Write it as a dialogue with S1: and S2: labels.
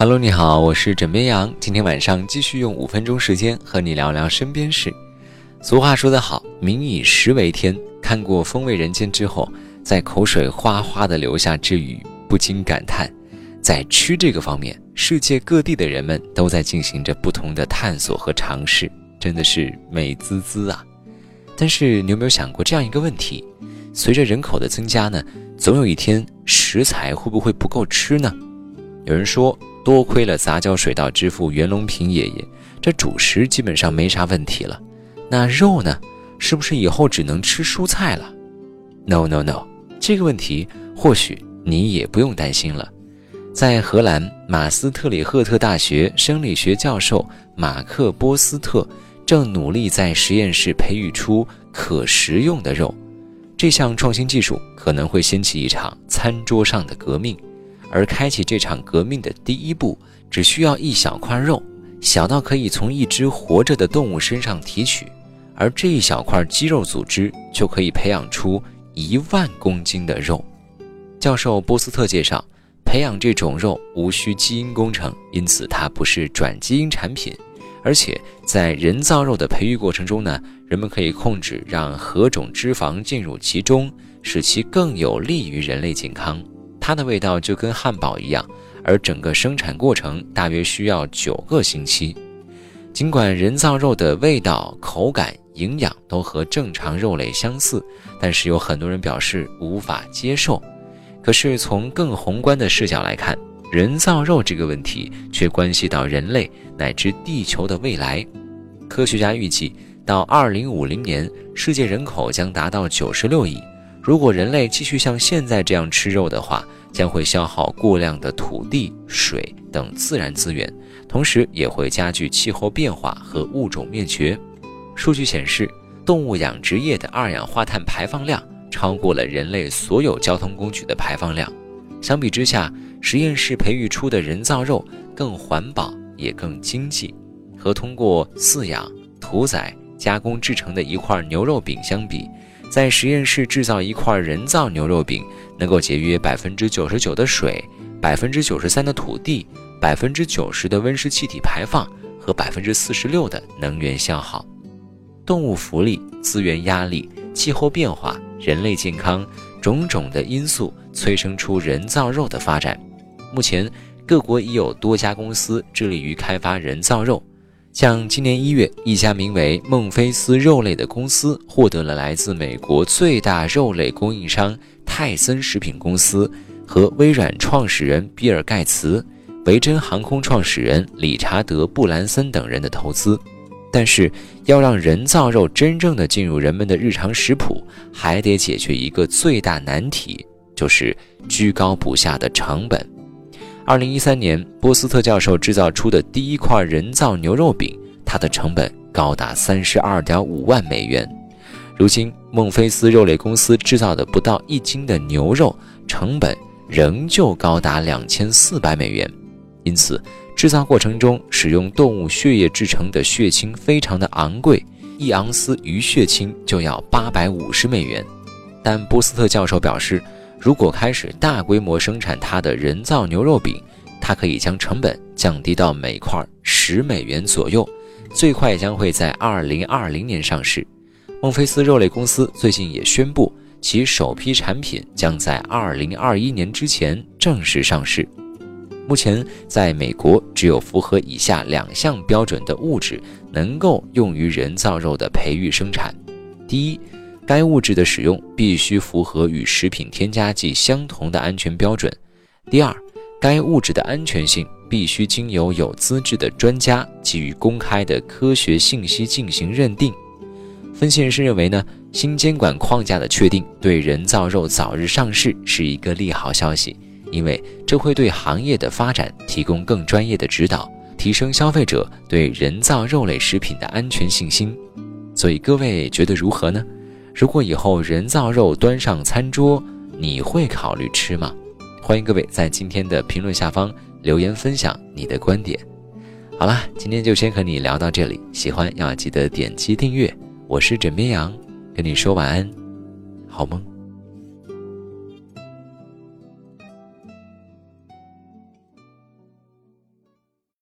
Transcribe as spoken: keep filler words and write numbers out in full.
S1: Hello， 你好，我是枕边羊，今天晚上继续用五分钟时间和你聊聊身边事。俗话说得好，民以食为天。看过风味人间之后，在口水哗哗地流下之余，不禁感叹，在吃这个方面，世界各地的人们都在进行着不同的探索和尝试，真的是美滋滋啊。但是你有没有想过这样一个问题，随着人口的增加呢，总有一天食材会不会不够吃呢？有人说，多亏了杂交水稻之父袁隆平爷爷，这主食基本上没啥问题了。那肉呢？是不是以后只能吃蔬菜了？ No No No， 这个问题或许你也不用担心了。在荷兰马斯特里赫特大学生理学教授马克波斯特正努力在实验室培育出可食用的肉。这项创新技术可能会掀起一场餐桌上的革命，而开启这场革命的第一步，只需要一小块肉，小到可以从一只活着的动物身上提取，而这一小块肌肉组织就可以培养出一万公斤的肉。教授波斯特介绍，培养这种肉无需基因工程，因此它不是转基因产品，而且在人造肉的培育过程中呢，人们可以控制让何种脂肪进入其中，使其更有利于人类健康。它的味道就跟汉堡一样，而整个生产过程大约需要九个星期。尽管人造肉的味道、口感、营养都和正常肉类相似，但是有很多人表示无法接受。可是从更宏观的视角来看，人造肉这个问题却关系到人类乃至地球的未来。科学家预计，到二零五零年，世界人口将达到九十六亿。如果人类继续像现在这样吃肉的话，将会消耗过量的土地、水等自然资源，同时也会加剧气候变化和物种灭绝。数据显示，动物养殖业的二氧化碳排放量超过了人类所有交通工具的排放量。相比之下，实验室培育出的人造肉更环保也更经济，和通过饲养、屠宰、加工制成的一块牛肉饼相比，在实验室制造一块人造牛肉饼能够节约 百分之九十九 的水、百分之九十三 的土地、百分之九十 的温室气体排放和 百分之四十六 的能源消耗。动物福利、资源压力、气候变化、人类健康，种种的因素催生出人造肉的发展。目前各国已有多家公司致力于开发人造肉，像今年一月，一家名为孟菲斯肉类的公司获得了来自美国最大肉类供应商泰森食品公司和微软创始人比尔盖茨、维珍航空创始人理查德布兰森等人的投资。但是要让人造肉真正的进入人们的日常食谱，还得解决一个最大难题，就是居高不下的成本。二零一三年，波斯特教授制造出的第一块人造牛肉饼，它的成本高达 三十二点五万美元。如今，孟菲斯肉类公司制造的不到一斤的牛肉，成本仍旧高达两千四百美元。因此，制造过程中使用动物血液制成的血清非常的昂贵，一盎司鱼血清就要八百五十美元。但波斯特教授表示，如果开始大规模生产它的人造牛肉饼，它可以将成本降低到每块十美元左右，最快将会在二零二零年上市。孟菲斯肉类公司最近也宣布，其首批产品将在二零二一年之前正式上市。目前在美国，只有符合以下两项标准的物质能够用于人造肉的培育生产。第一，该物质的使用必须符合与食品添加剂相同的安全标准。第二，该物质的安全性必须经由有资质的专家基于公开的科学信息进行认定。分析人士认为呢，新监管框架的确定对人造肉早日上市是一个利好消息，因为这会对行业的发展提供更专业的指导，提升消费者对人造肉类食品的安全信心。所以各位觉得如何呢？如果以后人造肉端上餐桌，你会考虑吃吗？欢迎各位在今天的评论下方留言分享你的观点。好了，今天就先和你聊到这里，喜欢要记得点击订阅。我是枕边羊，跟你说晚安，好梦。